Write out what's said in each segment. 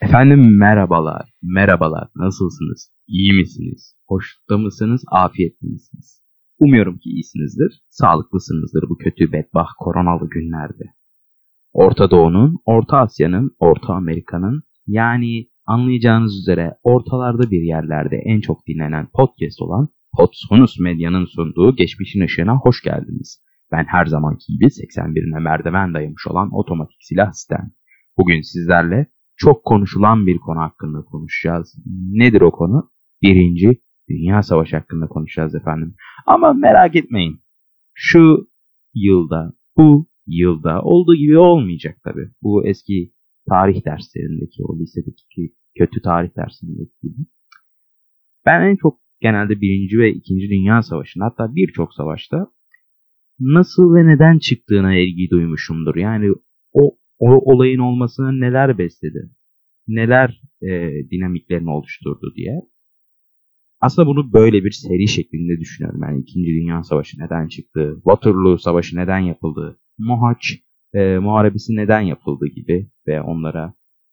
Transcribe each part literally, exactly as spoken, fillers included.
Efendim merhabalar, merhabalar. Nasılsınız? İyi misiniz? Hoşta mısınız? Afiyetli misiniz? Umuyorum ki iyisinizdir, sağlıklısınızdır bu kötü bedbaht koronalı günlerde. Orta Doğu'nun, Orta Asya'nın, Orta Amerika'nın yani anlayacağınız üzere ortalarda bir yerlerde en çok dinlenen podcast olan Podsonus Medya'nın sunduğu Geçmişin Işığına hoş geldiniz. Ben her zamanki gibi seksen birine merdiven dayamış olan otomatik silah sistem. Bugün sizlerle çok konuşulan bir konu hakkında konuşacağız. Nedir o konu? Birinci Dünya Savaşı hakkında konuşacağız efendim. Ama merak etmeyin. Şu yılda, bu yılda olduğu gibi olmayacak tabii. Bu eski tarih derslerindeki, o lisedeki kötü tarih derslerindeki gibi. Ben en çok genelde Birinci ve İkinci Dünya Savaşı'nda, hatta birçok savaşta nasıl ve neden çıktığına ilgi duymuşumdur. Yani o, o olayın olmasına neler besledi, neler e, dinamiklerini oluşturdu diye. Aslında bunu böyle bir seri şeklinde düşünüyorum. Yani İkinci Dünya Savaşı neden çıktı, Waterloo Savaşı neden yapıldı, Mohaç e, Muharebesi neden yapıldı gibi ve onlara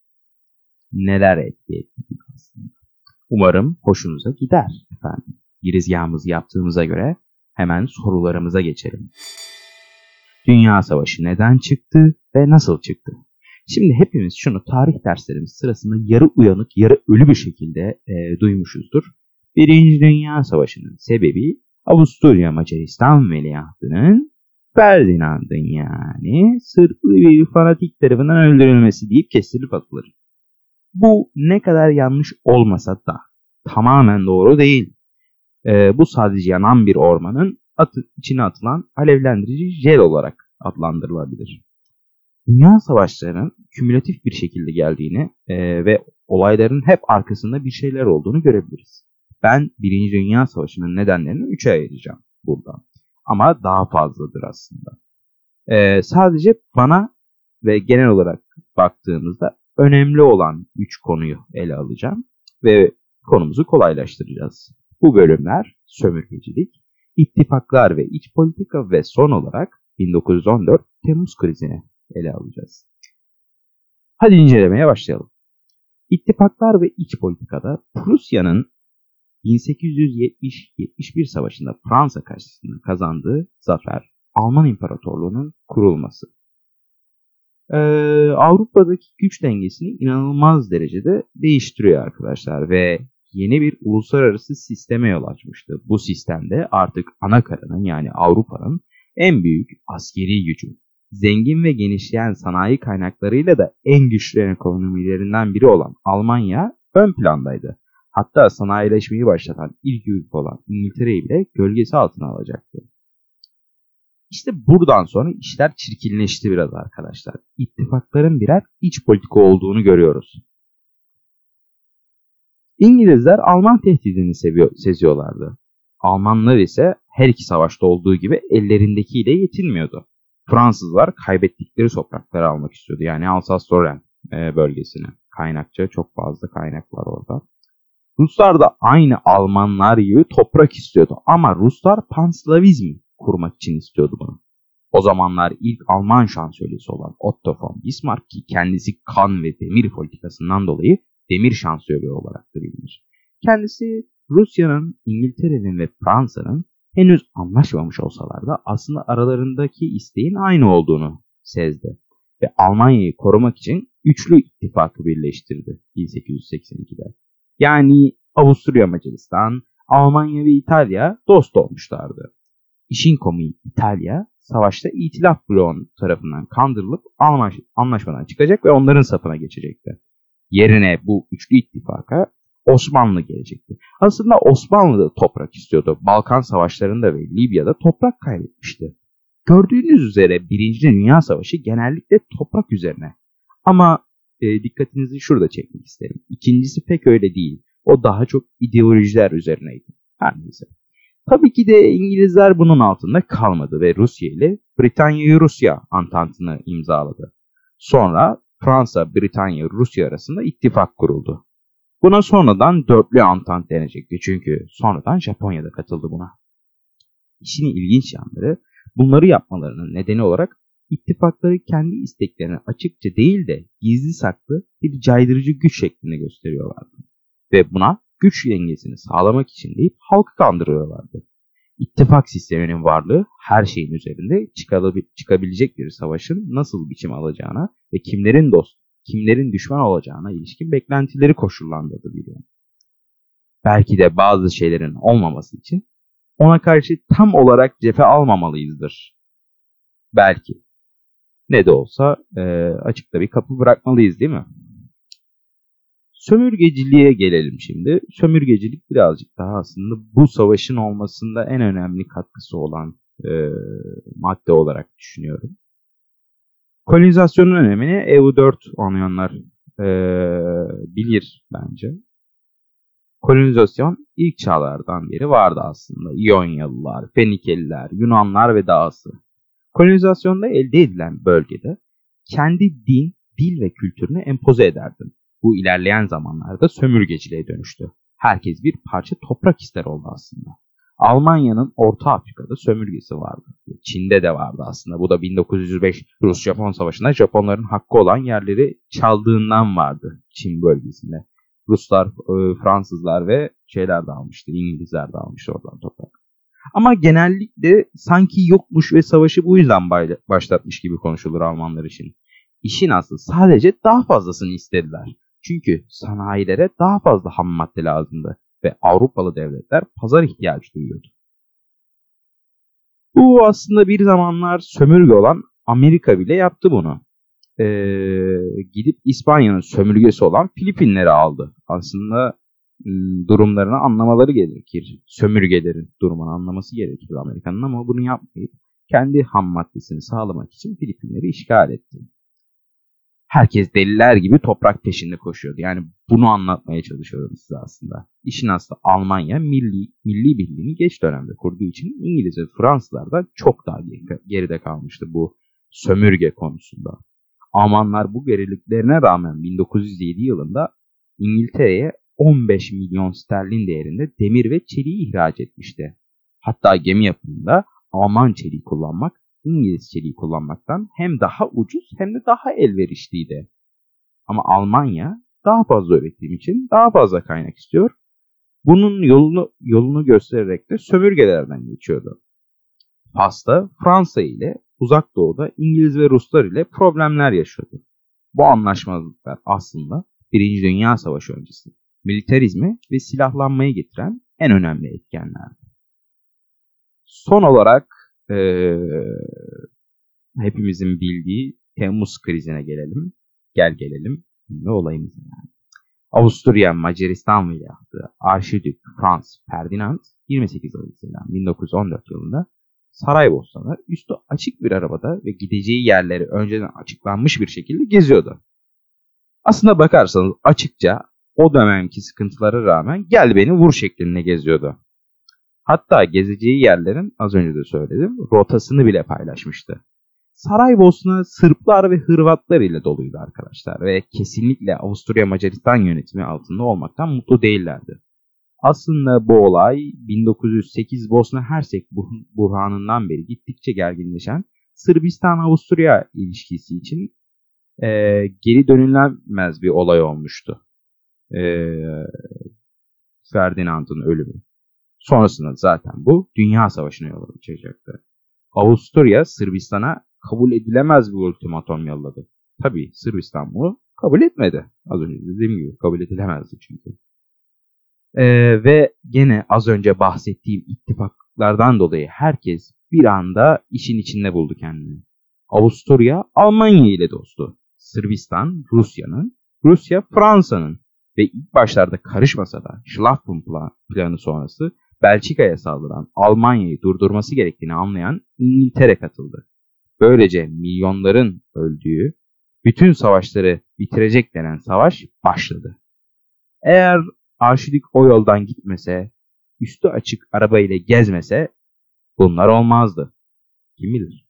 neler etki etti aslında. Umarım hoşunuza gider efendim. Girizgahımızı yaptığımıza göre hemen sorularımıza geçelim. Dünya Savaşı neden çıktı ve nasıl çıktı? Şimdi hepimiz şunu tarih derslerimiz sırasında yarı uyanık, yarı ölü bir şekilde e, duymuşuzdur. Birinci Dünya Savaşı'nın sebebi Avusturya Macaristan Veliahtının Ferdinand'ın yani sırtlı bir fanatik tarafından öldürülmesi deyip kestirip atılır. Bu ne kadar yanlış olmasa da tamamen doğru değil. E, bu sadece yanan bir ormanın atı, içine atılan alevlendirici jel olarak adlandırılabilir. Dünya savaşlarının kümülatif bir şekilde geldiğini e, ve olayların hep arkasında bir şeyler olduğunu görebiliriz. Ben Birinci Dünya Savaşı'nın nedenlerini üçe ayıracağım burada. Ama daha fazladır aslında. E, sadece bana ve genel olarak baktığımızda önemli olan üç konuyu ele alacağım ve konumuzu kolaylaştıracağız. Bu bölümler sömürgecilik, ittifaklar ve iç politika ve son olarak bin dokuz yüz on dört Temmuz krizini ele alacağız. Hadi incelemeye başlayalım. İttifaklar ve iç politikada Prusya'nın bin sekiz yüz yetmiş yetmiş bir savaşında Fransa karşısında kazandığı zafer, Alman İmparatorluğu'nun kurulması. Ee, Avrupa'daki güç dengesini inanılmaz derecede değiştiriyor arkadaşlar ve yeni bir uluslararası sisteme yol açmıştı. Bu sistemde artık anakarının yani Avrupa'nın en büyük askeri gücü, zengin ve genişleyen sanayi kaynaklarıyla da en güçlü ekonomilerinden biri olan Almanya ön plandaydı. Hatta sanayileşmeyi başlatan ilk ülke olan İngiltere'yi bile gölgesi altına alacaktı. İşte buradan sonra işler çirkinleşti biraz arkadaşlar. İttifakların birer iç politika olduğunu görüyoruz. İngilizler Alman tehdidini seviyor, seziyorlardı. Almanlar ise her iki savaşta olduğu gibi ellerindekiyle yetinmiyordu. Fransızlar kaybettikleri toprakları almak istiyordu. Yani Alsas-Lorraine bölgesini. Kaynakça çok fazla kaynak var orada. Ruslar da aynı Almanlar gibi toprak istiyordu. Ama Ruslar panslavizmi kurmak için istiyordu bunu. O zamanlar ilk Alman şansölyesi olan Otto von Bismarck ki kendisi kan ve demir politikasından dolayı demir şansölye olarak da bilinir. Kendisi Rusya'nın, İngiltere'nin ve Fransa'nın henüz anlaşmamış olsalar da aslında aralarındaki isteğin aynı olduğunu sezdi. Ve Almanya'yı korumak için üçlü ittifakı birleştirdi bin sekiz yüz seksen ikide. Yani Avusturya Macaristan, Almanya ve İtalya dost olmuşlardı. İşin komiği İtalya, savaşta İtilaf bloğu tarafından kandırılıp anlaşmadan çıkacak ve onların safına geçecekti. Yerine bu üçlü ittifaka Osmanlı gelecekti. Aslında Osmanlı da toprak istiyordu. Balkan savaşlarında ve Libya'da toprak kaybetmişti. Gördüğünüz üzere Birinci Dünya Savaşı genellikle toprak üzerine. Ama e, dikkatinizi şurada çekmek isterim. İkincisi pek öyle değil. O daha çok ideolojiler üzerineydi. Her neyse. Tabii ki de İngilizler bunun altında kalmadı ve Rusya ile Britanya-Rusya Antantı'nı imzaladı. Sonra Fransa, Britanya, Rusya arasında ittifak kuruldu. Buna sonradan dörtlü Antant denecekti çünkü sonradan Japonya da katıldı buna. İşin ilginç yanları bunları yapmalarının nedeni olarak ittifakları kendi isteklerine açıkça değil de gizli saklı bir caydırıcı güç şeklinde gösteriyorlardı. Ve buna güç dengesini sağlamak için deyip halkı kandırıyorlardı. İttifak sisteminin varlığı her şeyin üzerinde çıkabilecek bir savaşın nasıl biçim alacağına ve kimlerin dost, kimlerin düşman olacağına ilişkin beklentileri koşullandırdı biliyor. Belki de bazı şeylerin olmaması için ona karşı tam olarak cephe almamalıyızdır. Belki. Ne de olsa e, açıkta bir kapı bırakmalıyız değil mi? Sömürgeciliğe gelelim şimdi. Sömürgecilik birazcık daha aslında bu savaşın olmasında en önemli katkısı olan e, madde olarak düşünüyorum. Kolonizasyonun önemini E U dört anlayanlar e, bilir bence. Kolonizasyon ilk çağlardan beri vardı aslında. İyonyalılar, Fenikeliler, Yunanlar ve dahası. Kolonizasyonda elde edilen bölgede kendi din, dil ve kültürünü empoze ederdi. Bu ilerleyen zamanlarda sömürgeciliğe dönüştü. Herkes bir parça toprak ister oldu aslında. Almanya'nın Orta Afrika'da sömürgesi vardı. Çin'de de vardı aslında. Bu da bin dokuz yüz beş Rus-Japon Savaşı'nda Japonların hakkı olan yerleri çaldığından vardı Çin bölgesinde. Ruslar, Fransızlar ve şeyler de almıştı. İngilizler de almıştı oradan toprak. Ama genellikle sanki yokmuş ve savaşı bu yüzden başlatmış gibi konuşulur Almanlar için. İşin aslı sadece daha fazlasını istediler. Çünkü sanayilere daha fazla ham madde lazımdı ve Avrupalı devletler pazar ihtiyacı duyuyordu. Bu aslında bir zamanlar sömürge olan Amerika bile yaptı bunu. Ee, gidip İspanya'nın sömürgesi olan Filipinleri aldı. Aslında durumlarını anlamaları gerekir. Sömürgelerin durumunu anlaması gerekir Amerika'nın ama bunu yapmayıp kendi ham maddesini sağlamak için Filipinleri işgal etti. Herkes deliler gibi toprak peşinde koşuyordu. Yani bunu anlatmaya çalışıyorum size aslında. İşin aslı Almanya milli, milli birliğini geç dönemde kurduğu için İngiliz ve Fransızlar da çok daha geride kalmıştı bu sömürge konusunda. Almanlar bu geriliklerine rağmen bin dokuz yüz yedi yılında İngiltere'ye on beş milyon sterlin değerinde demir ve çeliği ihraç etmişti. Hatta gemi yapımında Alman çeliği kullanmak, İngiliz çeliği kullanmaktan hem daha ucuz hem de daha elverişliydi. Ama Almanya daha fazla ürettiğim için daha fazla kaynak istiyor. Bunun yolunu yolunu göstererek de sömürgelerden geçiyordu. Fas'ta Fransa ile Uzak Doğu'da İngiliz ve Ruslar ile problemler yaşıyordu. Bu anlaşmazlıklar aslında Birinci Dünya Savaşı öncesi militarizmi ve silahlanmayı getiren en önemli etkenlerdi. Son olarak ee, hepimizin bildiği Temmuz krizine gelelim. Gel gelelim. Ne olayımız yani. Avusturya Macaristan veliahtı Arşidük Franz Ferdinand yirmi sekiz Haziran bin dokuz yüz on dört yılında Saraybosna'da üstü açık bir arabada ve gideceği yerleri önceden açıklanmış bir şekilde geziyordu. Aslında bakarsanız açıkça o dönemki sıkıntılara rağmen gel beni vur şeklinde geziyordu. Hatta gezeceği yerlerin az önce de söyledim rotasını bile paylaşmıştı. Saraybosna Sırplar ve Hırvatlar ile doluydu arkadaşlar ve kesinlikle Avusturya Macaristan yönetimi altında olmaktan mutlu değillerdi. Aslında bu olay bin dokuz yüz sekiz Bosna Hersek buhranından beri gittikçe gerginleşen Sırbistan-Avusturya ilişkisi için e, geri dönülemez bir olay olmuştu. E, Ferdinand'ın ölümü. Sonrasında zaten bu Dünya Savaşı'na yol açacaktı. Avusturya Sırbistan'a kabul edilemez bir ultimatom yolladı. Tabii Sırbistan bunu kabul etmedi. Az önce dediğim gibi kabul edilemezdi çünkü. Ee, ve gene az önce bahsettiğim ittifaklardan dolayı herkes bir anda işin içinde buldu kendini. Avusturya Almanya ile dostu. Sırbistan Rusya'nın, Rusya Fransa'nın ve ilk başlarda karışmasa da Schlafun planı sonrası Belçika'ya saldıran Almanya'yı durdurması gerektiğini anlayan İngiltere katıldı. Böylece milyonların öldüğü, bütün savaşları bitirecek denen savaş başladı. Eğer Arşidük o yoldan gitmese, üstü açık arabayla gezmese bunlar olmazdı. Kim bilir?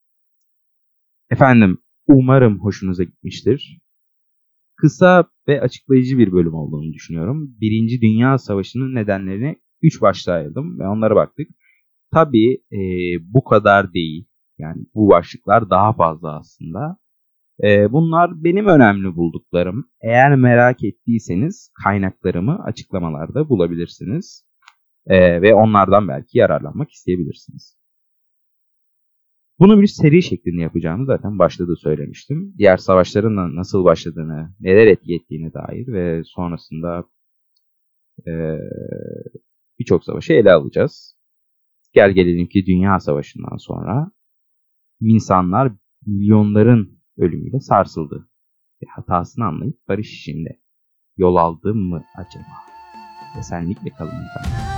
Efendim, umarım hoşunuza gitmiştir. Kısa ve açıklayıcı bir bölüm olduğunu düşünüyorum. Birinci Dünya Savaşı'nın nedenlerini üç başlığa ayırdım ve onlara baktık. Tabii e, bu kadar değil. Yani bu başlıklar daha fazla aslında. Ee, bunlar benim önemli bulduklarım. Eğer merak ettiyseniz kaynaklarımı açıklamalarda bulabilirsiniz. Ee, ve onlardan belki yararlanmak isteyebilirsiniz. Bunu bir seri şeklinde yapacağımı zaten başta da söylemiştim. Diğer savaşların da nasıl başladığını, neler etki ettiğine dair ve sonrasında e, birçok savaşı ele alacağız. Gel gelelim ki Dünya Savaşı'ndan sonra insanlar milyonların ölümüyle sarsıldı. Ve hatasını anlayıp barış içinde yol aldı mı acaba? Esenlikle kalın efendim.